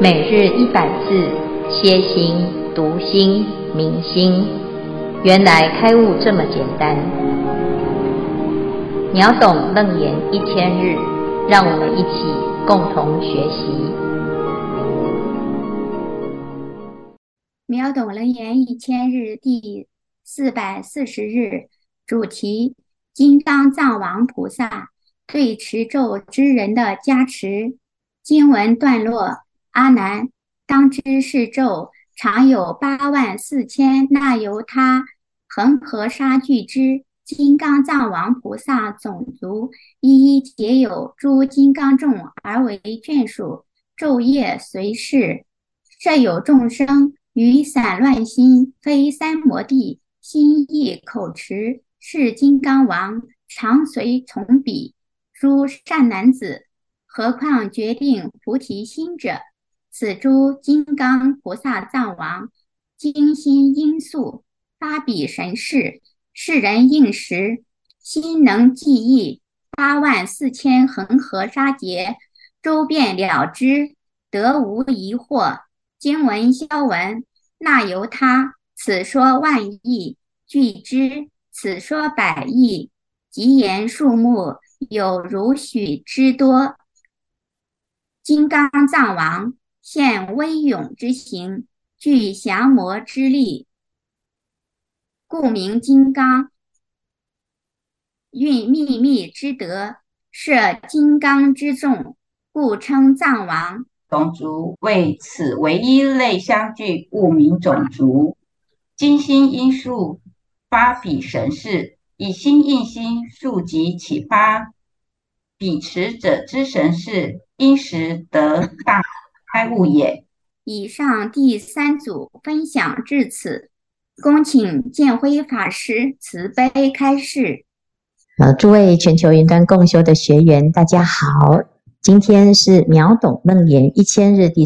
每日100字，歇心、读心、明心，原来开悟这么简单。秒懂楞严1000日，让我们一起共同学习。 秒懂楞严1000日第440日，主题：金刚藏王菩萨对持咒之人的加持。经文段落：阿难，当知是咒常有84000那由他恒河沙俱之金刚藏王菩萨种族，一一结有诸金刚众而为眷属，昼夜随侍。设有众生于散乱心，非三摩地，心意口持是金刚王，常随从彼。诸善男子，何况决定菩提心者？此诸金刚菩萨藏王，精心因素，发彼神事，世人应时，心能记忆84000恒河沙劫，周遍了知，得无疑惑。经文消文：那由他，此说万亿，俱之，此说百亿，即言数目有如许之多。金刚藏王现威勇之形，具降魔之力，故名金刚。蕴秘密之德，摄金刚之众，故称藏王。 种族为此唯一类相具，故名种族。精心因数，发彼神事，以心应心，数即启发彼持者之神事，因时得大开悟也。 以上第3组分享至此，恭请建辉法师慈悲开示。 诸位全球云端共修的学员，大家好。今天是秒懂楞严1000日第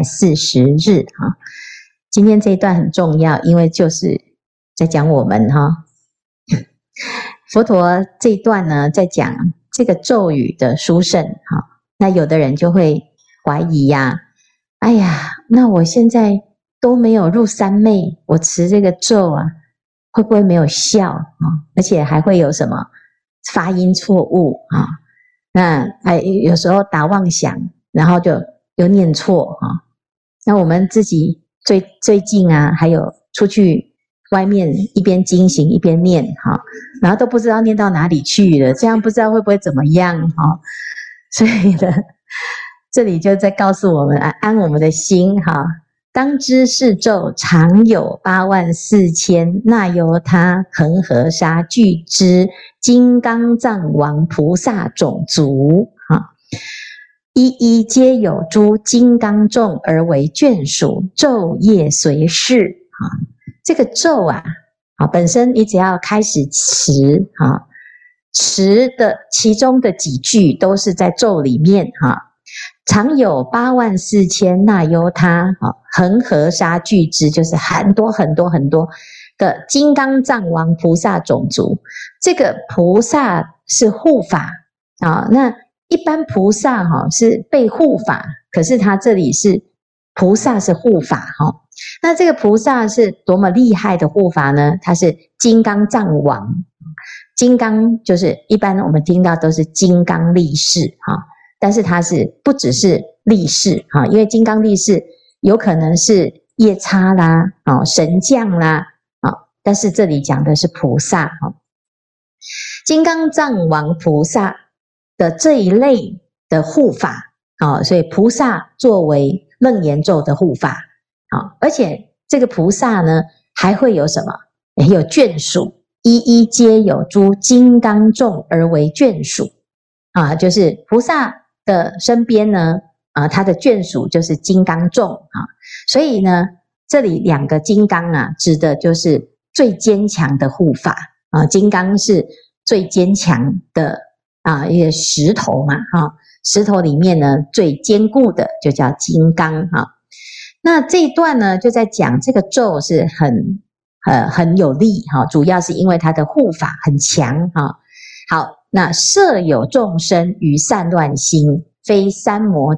440日哈。今天这一段很重要，因为就是在讲我们哈。佛陀这一段呢，在讲这个咒语的殊胜哈。那有的人就会怀疑呀，哎呀，那我现在都没有入三昧，我持这个咒啊，会不会没有效啊？而且还会有什么发音错误啊？那有时候打妄想，然后就又念错啊。那我们自己最近啊，还有出去外面一边经行一边念哈，然后都不知道念到哪里去了，这样不知道会不会怎么样哈。所以呢，这里就在告诉我们安我们的心哈。当知是咒常有84000那由他恒河沙俱之金刚藏王菩萨种族啊，一一皆有诸金刚众而为眷属，昼夜随侍啊。这个咒啊，本身你只要开始持啊，持的其中的几句都是在咒里面哈。常有84000那由他恒河沙俱之，就是很多很多很多的金刚藏王菩萨种族。这个菩萨是护法啊，那一般菩萨是被护法，可是他这里是菩萨是护法哈。那这个菩萨是多么厉害的护法呢？他是金刚藏王，金刚就是一般我们听到都是金刚力士哈。但是它是不只是力士哈，因为金刚力士有可能是夜叉啦、神将啦，但是这里讲的是菩萨哈。金刚藏王菩萨的这一类的护法所以菩萨作为楞严咒的护法而且这个菩萨呢还会有什么？有眷属，一一皆有诸金刚众而为眷属就是菩萨的身边呢他的眷属就是金刚众所以呢这里2个金刚指的就是最坚强的护法金刚是最坚强的一个石头嘛石头里面呢最坚固的就叫金刚那这一段呢就在讲这个咒是很有力主要是因为它的护法很强好，那设有众生于散乱心，非三摩地，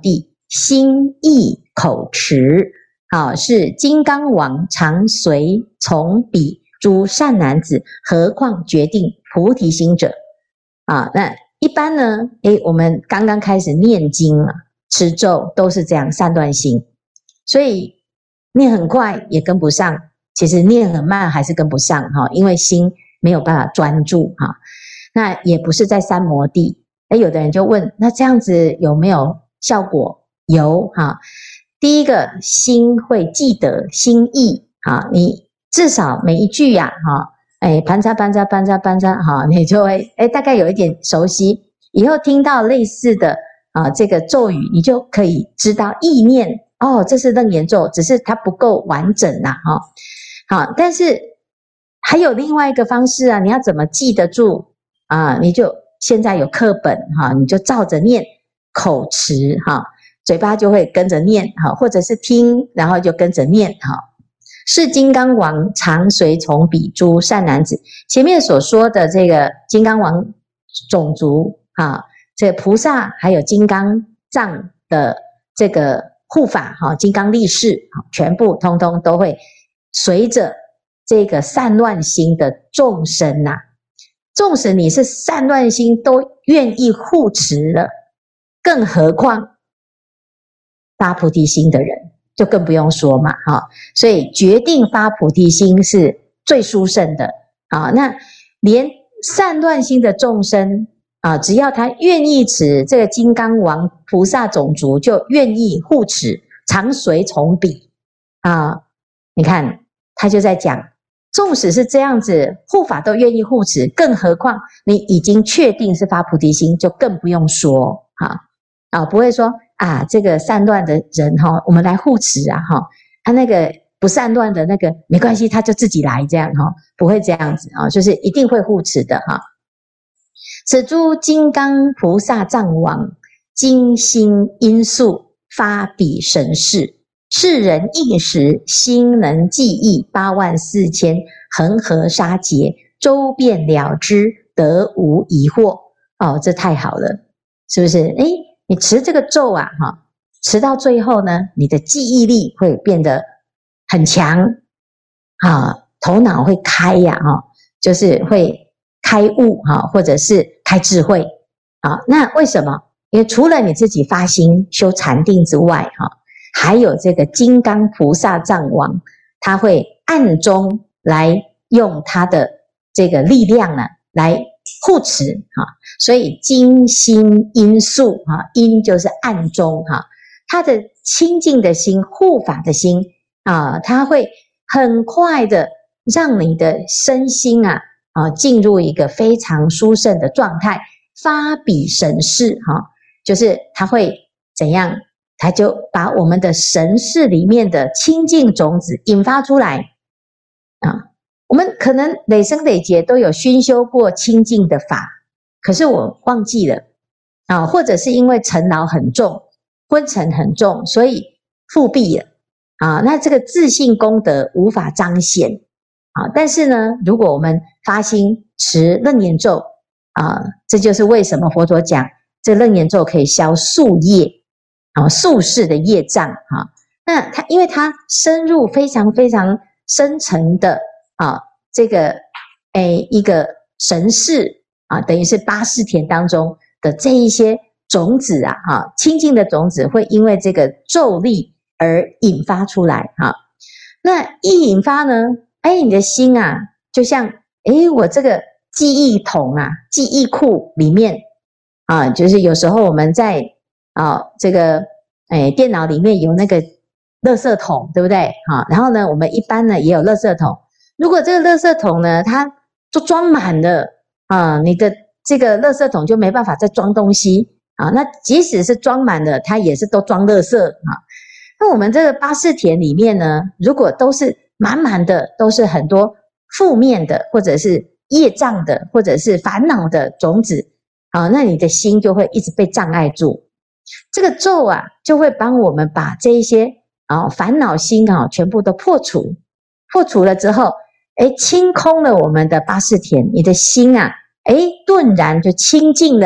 心意口持，是金刚王常随从彼诸善男子，何况决定菩提心者。那一般呢，我们刚刚开始念经持咒都是这样散乱心，所以念很快也跟不上，其实念很慢还是跟不上因为心没有办法专注那也不是在三摩地。有的人就问，那这样子有没有效果？有第一个心会记得心意你至少每一句盘叉盘叉盘叉盘叉你就会大概有一点熟悉，以后听到类似的这个咒语，你就可以知道意念这是楞严咒，只是它不够完整但是还有另外一个方式你要怎么记得住你就现在有课本你就照着念，口持嘴巴就会跟着念或者是听，然后就跟着念是金刚王常随从彼诸善男子。前面所说的这个金刚王种族这个菩萨还有金刚藏的这个护法金刚力士全部通通都会随着这个散乱心的众生纵使你是散乱心都愿意护持了，更何况发菩提心的人就更不用说嘛所以决定发菩提心是最殊胜的那连散乱心的众生只要他愿意持这个金刚王菩萨种族，就愿意护持，常随从彼你看他就在讲，纵使是这样子护法都愿意护持，更何况你已经确定是发菩提心，就更不用说不会说这个散乱的人我们来护持那个不散乱的那个没关系，他就自己来这样不会这样子就是一定会护持的此诸金刚菩萨藏王精心因素发彼神事，世人一时心能记忆84000恒河沙劫，周遍了知，得无疑惑这太好了，是不是？你持这个咒持到最后呢，你的记忆力会变得很强头脑会开就是会开悟或者是开智慧那为什么？因为除了你自己发心修禅定之外还有这个金刚菩萨藏王，他会暗中来用他的这个力量来护持所以精心因素因就是暗中他的清净的心，护法的心他会很快的让你的身心进入一个非常殊胜的状态，发彼神事就是他会怎样？他就把我们的神识里面的清净种子引发出来我们可能累生累劫都有熏修过清净的法，可是我忘记了或者是因为尘劳很重，昏沉很重，所以复辟了那这个自信功德无法彰显但是呢，如果我们发心持楞严咒这就是为什么佛陀讲这楞严咒可以消宿业宿世的业障那它因为它深入非常非常深层的这个一个神识等于是8识田当中的这一些种子清净的种子会因为这个咒力而引发出来那一引发呢你的心就像我这个记忆筒记忆库里面就是有时候我们在这个电脑里面有那个垃圾桶，对不对然后呢我们一般呢也有垃圾桶，如果这个垃圾桶呢它都装满了你的这个垃圾桶就没办法再装东西那即使是装满了，它也是都装垃圾那我们这个8识田里面呢，如果都是满满的，都是很多负面的或者是业障的或者是烦恼的种子那你的心就会一直被障碍住。这个咒就会帮我们把这一些烦恼心全部都破除，破除了之后清空了我们的8识田，你的心顿然就清净了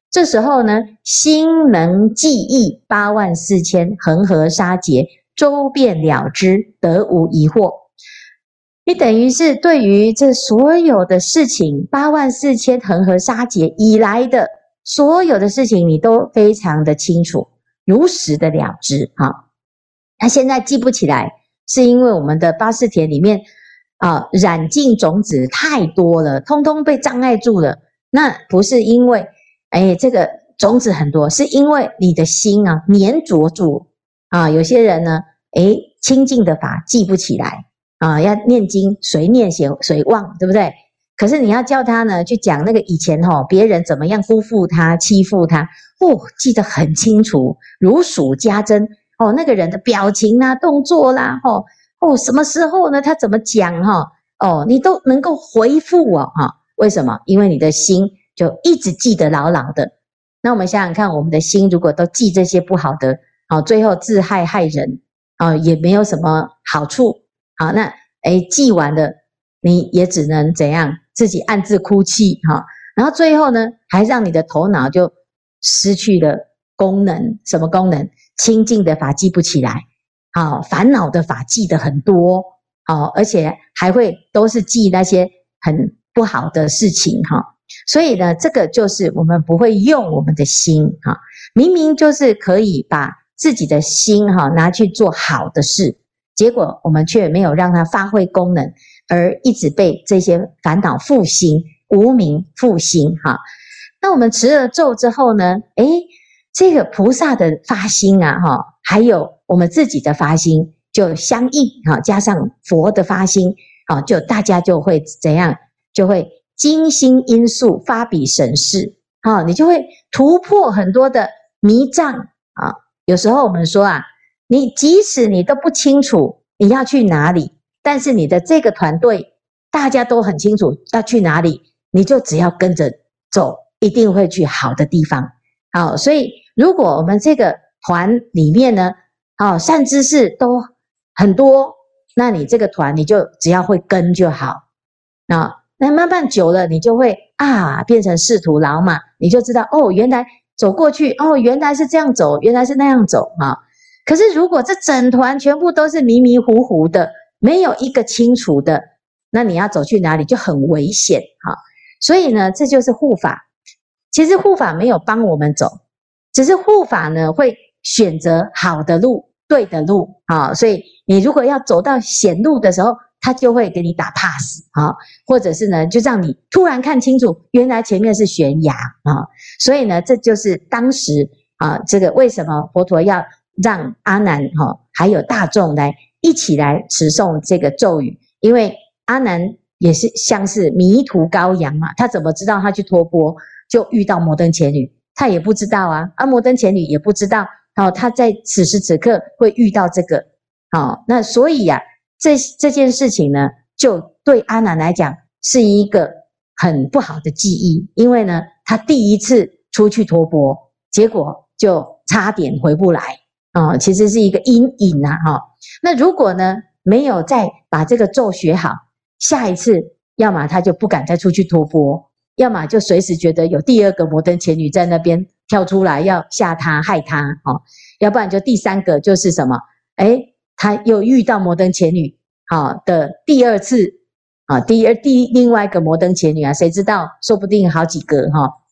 这时候呢，心能记忆84000恒河沙劫，周遍了之，得无疑惑。你等于是对于这所有的事情，84000恒河沙劫以来的所有的事情，你都非常的清楚，如实的了知啊。那现在记不起来，是因为我们的八识田里面染净种子太多了，通通被障碍住了。那不是因为这个种子很多，是因为你的心粘着住啊。有些人呢清净的法记不起来啊，要念经谁念谁忘，对不对？可是你要叫他呢去讲那个以前别人怎么样辜负他欺负他记得很清楚，如数家珍那个人的表情啦动作啦什么时候呢他怎么讲你都能够回复为什么？因为你的心就一直记得牢牢的。那我们想想看，我们的心如果都记这些不好的最后自害害人也没有什么好处那记完了你也只能怎样？自己暗自哭泣然后最后呢还让你的头脑就失去了功能。什么功能？清净的法记不起来烦恼的法记得很多而且还会都是记那些很不好的事情所以呢这个就是我们不会用我们的心明明就是可以把自己的心拿去做好的事，结果我们却没有让它发挥功能，而一直被这些烦恼复兴，无明复兴那我们持了咒之后呢这个菩萨的发心还有我们自己的发心就相应加上佛的发心就大家就会怎样？就会精心因素发彼神识你就会突破很多的迷障有时候我们说你即使你都不清楚你要去哪里，但是你的这个团队大家都很清楚要去哪里，你就只要跟着走，一定会去好的地方所以如果我们这个团里面呢善知识都很多，那你这个团你就只要会跟就好那慢慢久了你就会变成仕途老马，你就知道原来走过去原来是这样走，原来是那样走可是如果这整团全部都是迷迷糊糊的，没有一个清楚的，那你要走去哪里就很危险所以呢这就是护法。其实护法没有帮我们走，只是护法呢会选择好的路，对的路所以你如果要走到险路的时候，他就会给你打 pass 或者是呢就让你突然看清楚原来前面是悬崖所以呢这就是当时这个为什么佛陀要让阿难还有大众来一起来持诵这个咒语，因为阿难也是像是迷途羔羊嘛，他怎么知道他去托钵就遇到摩登伽女？他也不知道摩登伽女也不知道他在此时此刻会遇到这个那所以这件事情呢就对阿难来讲是一个很不好的记忆，因为呢他第一次出去托钵，结果就差点回不来其实是一个阴影那如果呢没有再把这个咒学好，下一次要么他就不敢再出去托钵，要么就随时觉得有第二个摩登伽女在那边跳出来要吓他害他要不然就第三个就是什么他又遇到摩登伽女的第二次另外一个摩登伽女谁知道说不定好几个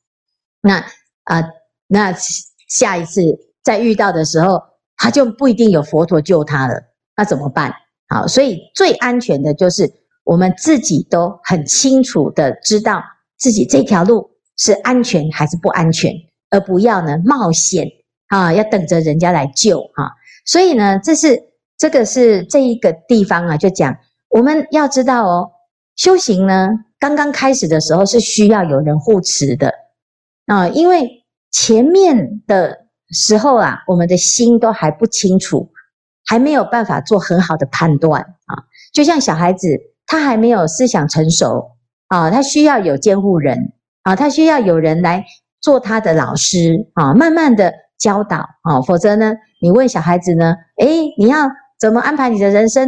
那下一次再遇到的时候他就不一定有佛陀救他了，那怎么办？所以最安全的就是我们自己都很清楚的知道自己这条路是安全还是不安全，而不要呢冒险要等着人家来救所以呢这个是这一个地方就讲我们要知道修行呢刚刚开始的时候是需要有人护持的因为前面的时候我们的心都还不清楚，还没有办法做很好的判断就像小孩子他还没有思想成熟他需要有监护人他需要有人来做他的老师慢慢的教导否则呢你问小孩子呢你要怎么安排你的人生呢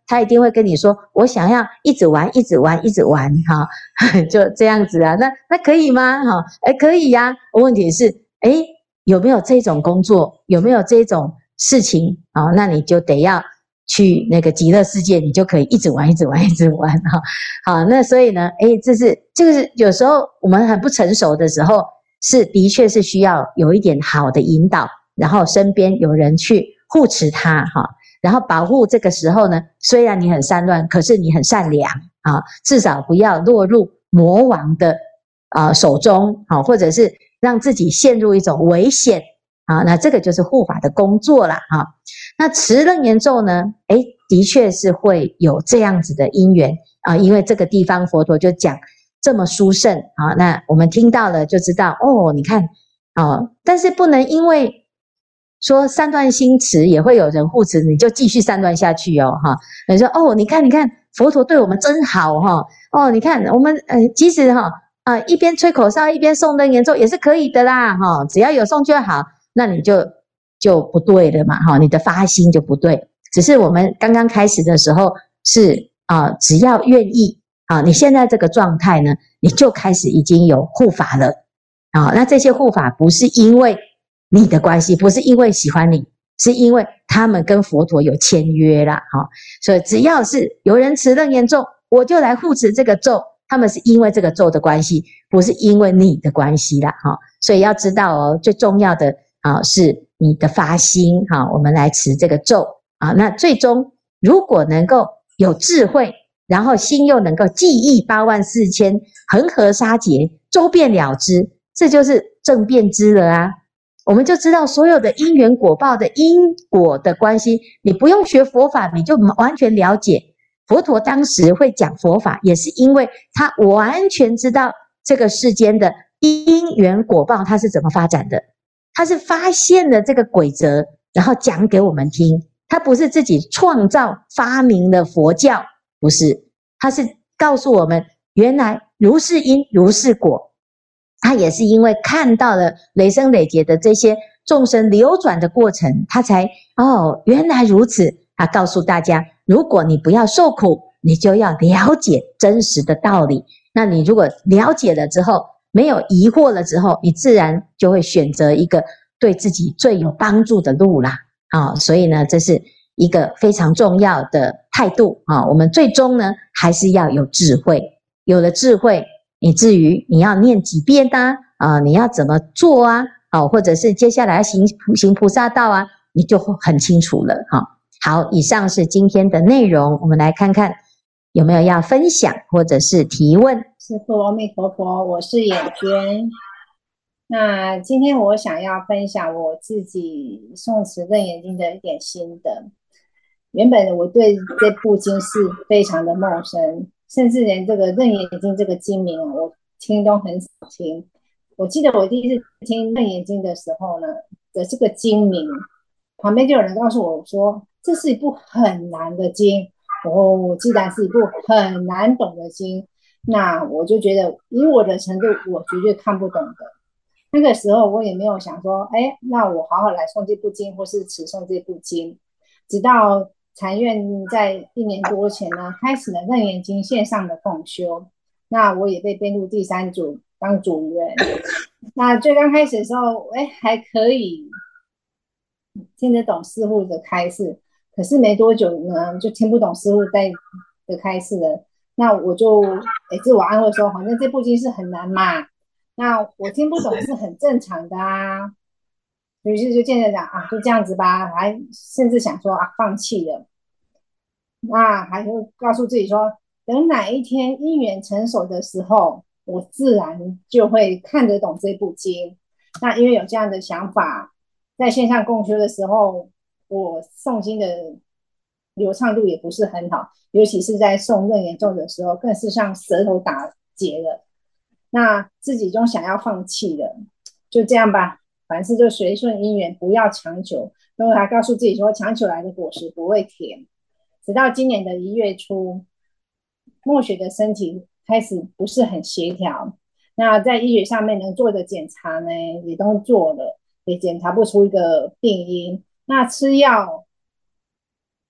他一定会跟你说，我想要一直玩，一直玩，一直玩，哈，就这样子啊。那可以吗？哈，可以呀。问题是，有没有这种工作？有没有这种事情？哦，那你就得要去那个极乐世界，你就可以一直玩，一直玩，一直玩，哈。好，那所以呢，就是有时候我们很不成熟的时候，的确是需要有一点好的引导，然后身边有人去护持他，哈。然后保护这个时候呢，虽然你很散乱，可是你很善良啊，至少不要落入魔王的手中啊，或者是让自己陷入一种危险啊。那这个就是护法的工作啦啊。那持楞严咒呢，的确是会有这样子的因缘啊，因为这个地方佛陀就讲这么殊胜啊，那我们听到了就知道哦，你看哦，但是不能因为说三段心持也会有人护持，你就继续三段下去哦，哈。你说哦，你看，佛陀对我们真好哈，哦，你看我们即使哈一边吹口哨一边诵楞严咒也是可以的啦，哈，只要有诵就好，那你就不对了嘛，哈，你的发心就不对。只是我们刚刚开始的时候是只要愿意你现在这个状态呢，你就开始已经有护法了那这些护法不是因为你的关系，不是因为喜欢你，是因为他们跟佛陀有签约啦，所以只要是有人持楞严咒，我就来护持这个咒，他们是因为这个咒的关系，不是因为你的关系啦，所以要知道哦，最重要的是你的发心我们来持这个咒那最终如果能够有智慧，然后心又能够记忆84000恒河沙劫，周遍了知，这就是正遍知了啊。我们就知道所有的因缘果报的因果的关系，你不用学佛法，你就完全了解。佛陀当时会讲佛法，也是因为他完全知道这个世间的因缘果报它是怎么发展的，他是发现了这个规则，然后讲给我们听。他不是自己创造发明了佛教，不是，他是告诉我们原来如是因如是果。他也是因为看到了累生累劫的这些众生流转的过程，他才原来如此。他告诉大家，如果你不要受苦，你就要了解真实的道理。那你如果了解了之后，没有疑惑了之后，你自然就会选择一个对自己最有帮助的路啦。所以呢，这是一个非常重要的态度我们最终呢，还是要有智慧。有了智慧，以至于你要念几遍你要怎么做或者是接下来行菩萨道你就很清楚了好，以上是今天的内容，我们来看看有没有要分享或者是提问。 师父阿弥陀佛，我是眼娟。那今天我想要分享我自己诵持楞严经的一点心得。原本我对这部经是非常的陌生，甚至连这个楞严经这个经名我听都很少听。我记得我第一次听楞严经的时候呢，的这个经名旁边就有人告诉我说，这是一部很难的经既然是一部很难懂的经，那我就觉得以我的程度我绝对看不懂的。那个时候我也没有想说那我好好来诵这部经或是持诵这部经。直到禅院在1年多前呢，开始了楞严经线上的共修，那我也被编入第3组当组员。那最刚开始的时候还可以听得懂师父的开示，可是没多久呢就听不懂师父的开示了。那我就自我安慰说，反正这部经是很难嘛，那我听不懂是很正常的于是就渐渐讲就这样子吧，还甚至想说放弃了。那还会告诉自己说，等哪一天因缘成熟的时候，我自然就会看得懂这部经。那因为有这样的想法，在线上共修的时候，我诵经的流畅度也不是很好，尤其是在诵楞严咒的时候，更是像舌头打结了。那自己就想要放弃了，就这样吧，凡事就随顺因缘，不要强求。然后还告诉自己说，强求来的果实不会甜。直到今年的1月初，默雪的身体开始不是很协调。那在医学上面能做的检查呢，也都做了，也检查不出一个病因。那吃药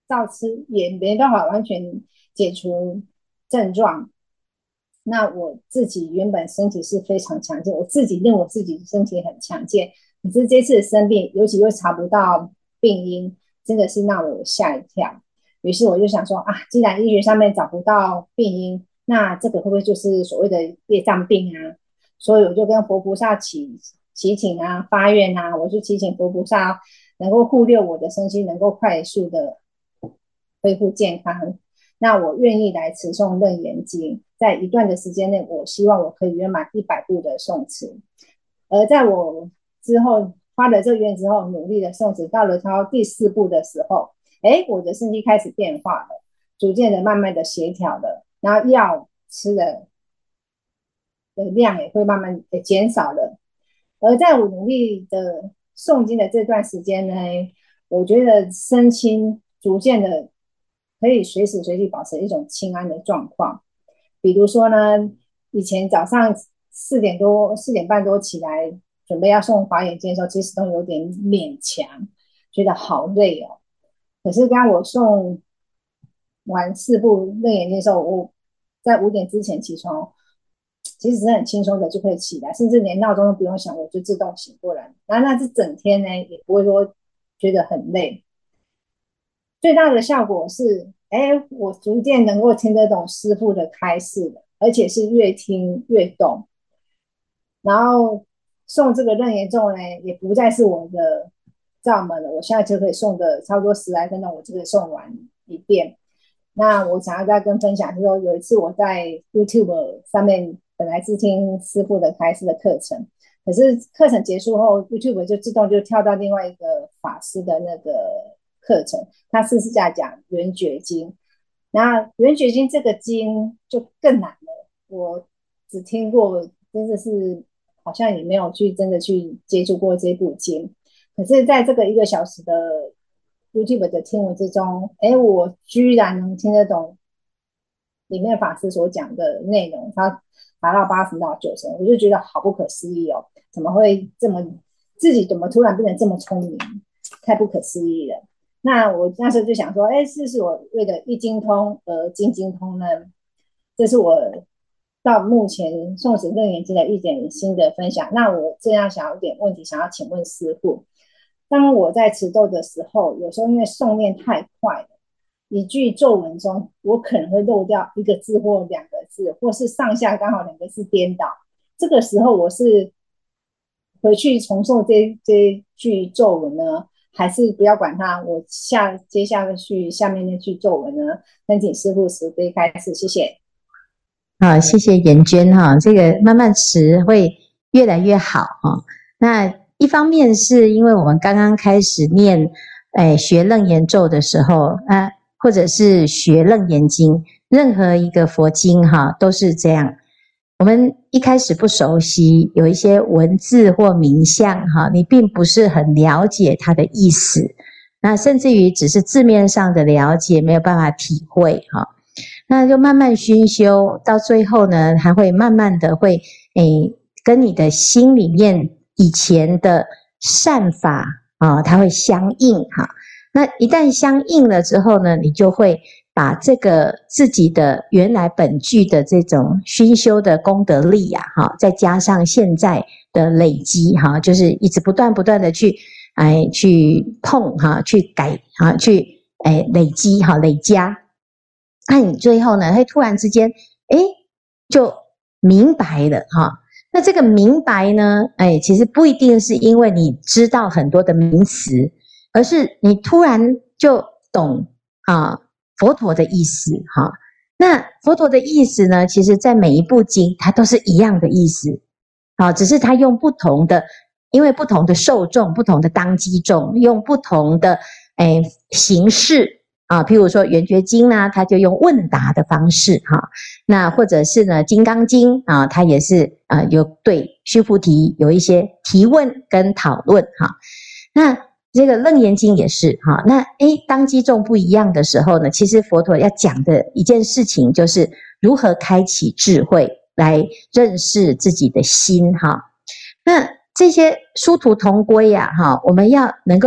照吃也没办法完全解除症状。那我自己原本身体是非常强健，我自己认为我自己身体很强健，可是这次生病，尤其又查不到病因，真的是让我吓一跳。于是我就想说啊，既然医学上面找不到病因，那这个会不会就是所谓的业障病啊？所以我就跟佛菩萨祈请啊，发愿啊，我就祈请佛菩萨能够护佑我的身心，能够快速的恢复健康。那我愿意来持诵楞严经，在一段的时间内，我希望我可以圆满100部的诵持。而在我之后发了这个愿之后，努力的诵持，到了超第4部的时候，我的身体开始变化了，逐渐的慢慢的协调了，然后药吃的量也会慢慢的减少了。而在我努力的诵经的这段时间呢，我觉得身心逐渐的可以随时随地保持一种清安的状况。比如说呢，以前早上4点半多起来准备要诵华严经的时候，其实都有点勉强，觉得好累哦。可是刚我诵完4部楞严经的时候，我在5点之前起床，其实是很轻松的就可以起来，甚至连闹钟都不用响，我就自动醒过来。然后那这整天呢，也不会说觉得很累。最大的效果是，我逐渐能够听得懂师父的开示了，而且是越听越懂。然后诵这个楞严咒呢，也不再是我的罩门了，我现在就可以诵的差不多10来分钟，我就可以诵完一遍。那我想要再跟分享，就是说有一次我在 YouTube 上面本来是听师父的开示的课程，可是课程结束后 YouTube 就自动就跳到另外一个法师的那个课程，他是在讲圆觉经。那圆觉经这个经就更难了，我只听过，真的是好像也没有去真的去接触过这部经。可是在这个1个小时的 YouTube 的听闻之中，我居然能听得懂里面法师所讲的内容，他达到80到90%，我就觉得好不可思议哦，怎么会这么自己怎么突然变成这么聪明，太不可思议了。那我那时候就想说，是不是我为了一精通而精精通呢？这是我到目前诵持楞严经的一点新的分享。那我这样想有点问题想要请问师父，当我在持咒的时候，有时候因为诵念太快了，一句咒文中我可能会漏掉1个字或2个字，或是上下刚好2个字颠倒。这个时候我是回去重诵这句咒文呢，还是不要管它，我接下去下面那句咒文呢？恳请师父慈悲开示，谢谢。 好，谢谢妍娟哈，这个慢慢持会越来越好哈。那一方面是因为我们刚刚开始念学楞严咒的时候或者是学楞严经，任何一个佛经哈都是这样。我们一开始不熟悉，有一些文字或名相哈，你并不是很了解它的意思，那甚至于只是字面上的了解，没有办法体会哈。那就慢慢熏修，到最后呢，还会慢慢的会跟你的心里面以前的善法它会相应哈。那一旦相应了之后呢，你就会把这个自己的原来本具的这种熏修的功德力再加上现在的累积就是一直不断的去碰去改去累积累加。那你最后呢，会突然之间就明白了那这个明白呢其实不一定是因为你知道很多的名词，而是你突然就懂佛陀的意思那佛陀的意思呢，其实在每一部经它都是一样的意思只是它用不同的，因为不同的受众，不同的当机众，用不同的形式譬如说圆觉经呢，它就用问答的方式那或者是呢金刚经它也是有对须菩提有一些提问跟讨论那这个楞严经也是那当机众不一样的时候呢，其实佛陀要讲的一件事情就是如何开启智慧来认识自己的心那这些殊途同归我们要能够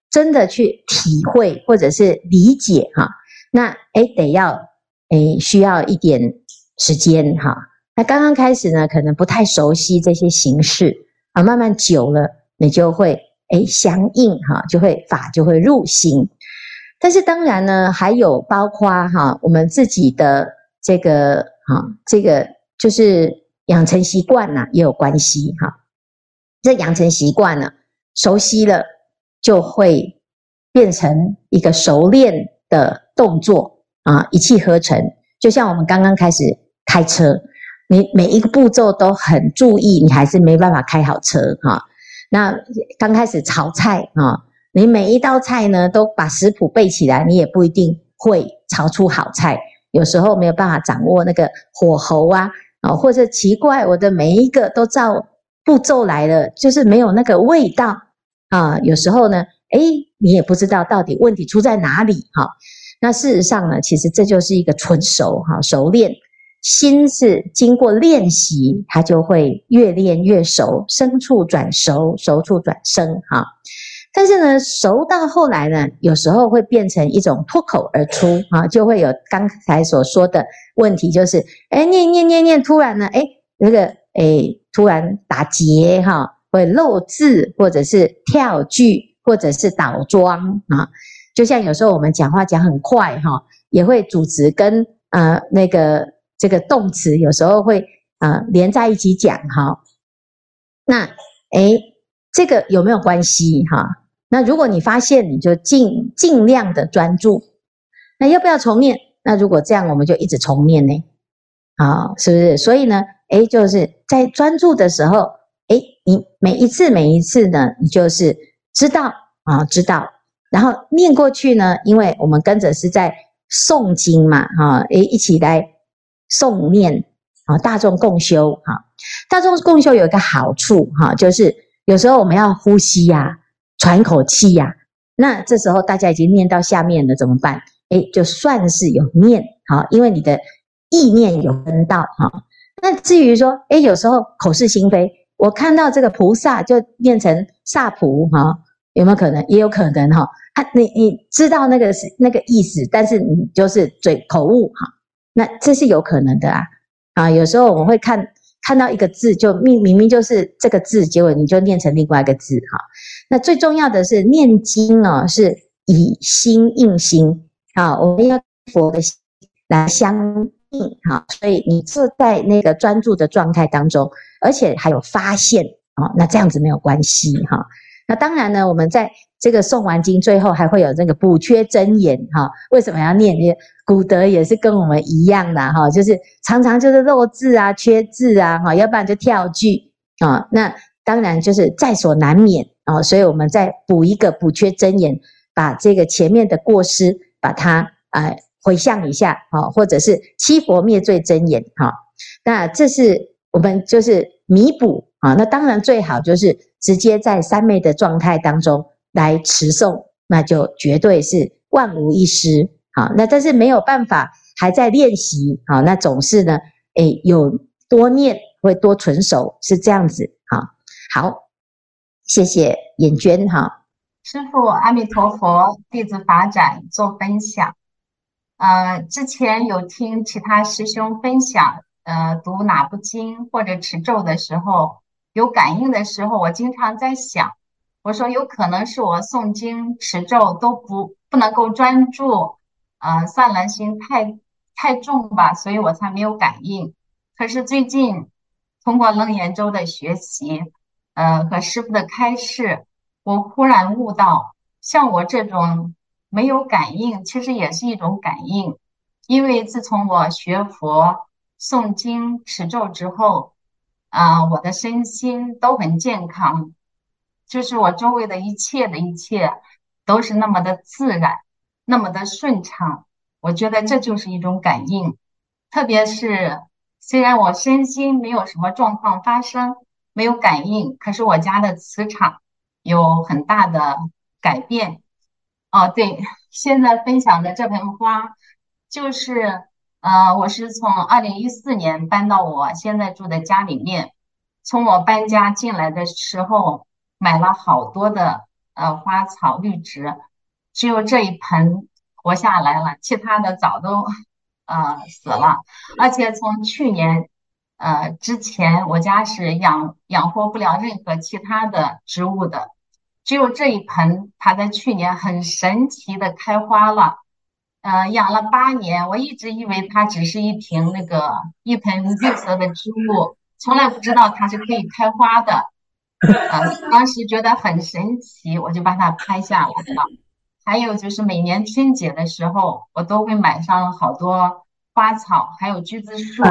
真的去体会或者是理解哈，那得要需要一点时间哈。那刚刚开始呢，可能不太熟悉这些形式啊，慢慢久了，你就会相应哈，法就会入心。但是当然呢，还有包括我们自己的这个就是养成习惯呢，也有关系哈。这养成习惯呢，熟悉了就会变成一个熟练的动作啊，一气呵成。就像我们刚刚开始开车，你每一个步骤都很注意，你还是没办法开好车哈。那刚开始炒菜啊，你每一道菜呢都把食谱背起来，你也不一定会炒出好菜。有时候没有办法掌握那个火候啊，或者奇怪，我的每一个都照步骤来了，就是没有那个味道啊。有时候呢，你也不知道到底问题出在哪里哈。那事实上呢，其实这就是一个纯熟哈，熟练。心是经过练习，它就会越练越熟，生处转熟，熟处转生哈。但是呢，熟到后来呢，有时候会变成一种脱口而出啊，就会有刚才所说的问题，就是念，突然呢，突然打结哈，会漏字，或者是跳句，或者是倒装啊。就像有时候我们讲话讲很快哈，也会主词跟这个动词有时候会连在一起讲哈。那这个有没有关系哈？那如果你发现，你就尽量的专注。那要不要重念？那如果这样，我们就一直重念呢，是不是？所以呢，就是在专注的时候，你每一次呢，你就是知道，然后念过去呢，因为我们跟着是在诵经嘛，一起来诵念大众共修哈。大众共修有一个好处哈，就是有时候我们要呼吸呀，喘口气呀，那这时候大家已经念到下面了，怎么办？就算是有念好，因为你的意念有跟到哈。那至于说，有时候口是心非，我看到这个菩萨就念成萨菩哈，有没有可能？也有可能哈。你知道那个是那个意思，但是你就是口误哈，那这是有可能的啊。有时候我们会看到一个字，就明明就是这个字，结果你就念成另外一个字哈。那最重要的是念经是以心应心啊，我们要佛的心来相应哈，所以你坐在那个专注的状态当中，而且还有发现那这样子没有关系哈。那当然呢，我们在这个诵完经最后还会有这个补缺真言哈。为什么要念？古德也是跟我们一样的哈，就是常常就是漏字啊、缺字啊哈，要不然就跳句啊。那当然就是在所难免啊，所以我们再补一个补缺真言，把这个前面的过失把它回向一下或者是七佛灭罪真言哈。那这是我们就是弥补那当然最好就是直接在三昧的状态当中来持诵，那就绝对是万无一失。好，那但是没有办法，还在练习。好，那总是呢，有多念会多纯熟，是这样子。好，谢谢眼娟哈。 师父阿弥陀佛，弟子法展做分享。之前有听其他师兄分享，读哪部经或者持咒的时候，有感应的时候，我经常在想，我说有可能是我诵经持咒都不能够专注，散乱心太重吧，所以我才没有感应。可是最近通过楞严咒的学习，和师父的开示，我忽然悟到，像我这种没有感应，其实也是一种感应。因为自从我学佛、诵经、持咒之后，我的身心都很健康，就是我周围的一切都是那么的自然，那么的顺畅。我觉得这就是一种感应。特别是虽然我身心没有什么状况发生，没有感应，可是我家的磁场有很大的改变。对，现在分享的这盆花就是我是从2014年搬到我现在住的家里面。从我搬家进来的时候，买了好多的花草绿植，只有这一盆活下来了，其他的早都死了。而且从去年之前，我家是养活不了任何其他的植物的，只有这一盆，它在去年很神奇的开花了。养了8年，我一直以为它只是一盆绿色的植物，从来不知道它是可以开花的。当时觉得很神奇，我就把它拍下来了。还有就是每年春节的时候，我都会买上好多花草，还有橘子树。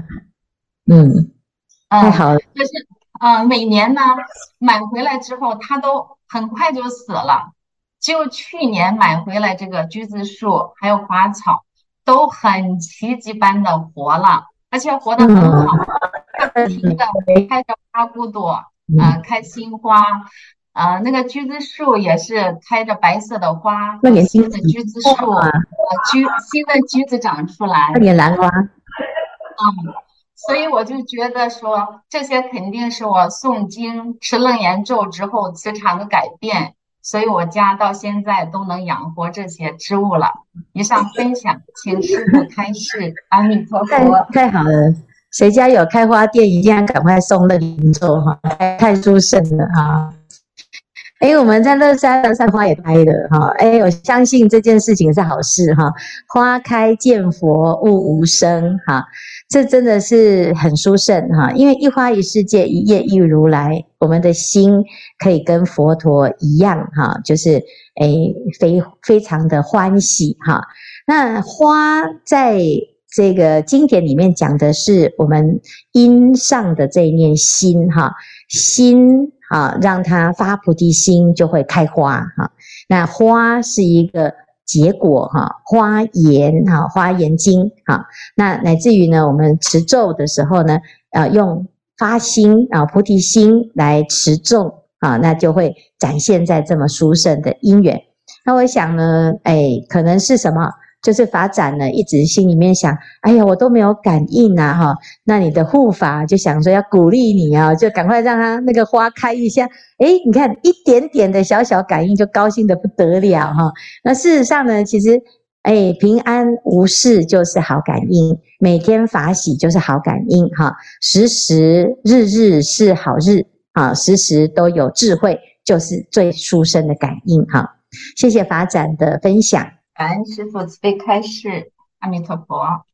太好了。 就是每年呢买回来之后，它都很快就死了。只有去年买回来这个橘子树还有花草，都很奇迹般的活了，而且活得很好，不停的开着花骨朵，开新花。那个橘子树也是开着白色的花，新的橘子树，新的橘子长出来， 那点兰花。 所以我就觉得说，这些肯定是我诵经持楞严咒之后磁场的改变，所以我家到现在都能养活这些植物了。以上分享，请师父开示。阿弥陀佛。 太好了，谁家有开花店，一定要赶快送楞严咒哈，太殊胜了哈。我们在乐山山花也开了哈，我相信这件事情是好事哈。花开见佛，悟无生哈，这真的是很殊胜哈。因为一花一世界，一叶一如来，我们的心可以跟佛陀一样哈，就是非常的欢喜哈。那花在这个经典里面讲的是我们因上的这一念心哈，心让它发菩提心就会开花哈。那花是一个结果哈，花言哈，花言经哈。那乃至于呢，我们持咒的时候呢，用发心菩提心来持咒那就会展现在这么殊胜的因缘。那我想呢，可能是什么？就是法展呢，一直心里面想，哎呀，我都没有感应哈。那你的护法就想说要鼓励你就赶快让它那个花开一下。你看一点点的小小感应就高兴得不得了哈。那事实上呢，其实平安无事就是好感应，每天法喜就是好感应哈。时时日日是好日时时都有智慧，就是最殊胜的感应哈。谢谢法展的分享。 感恩师父慈悲开示，阿弥陀佛。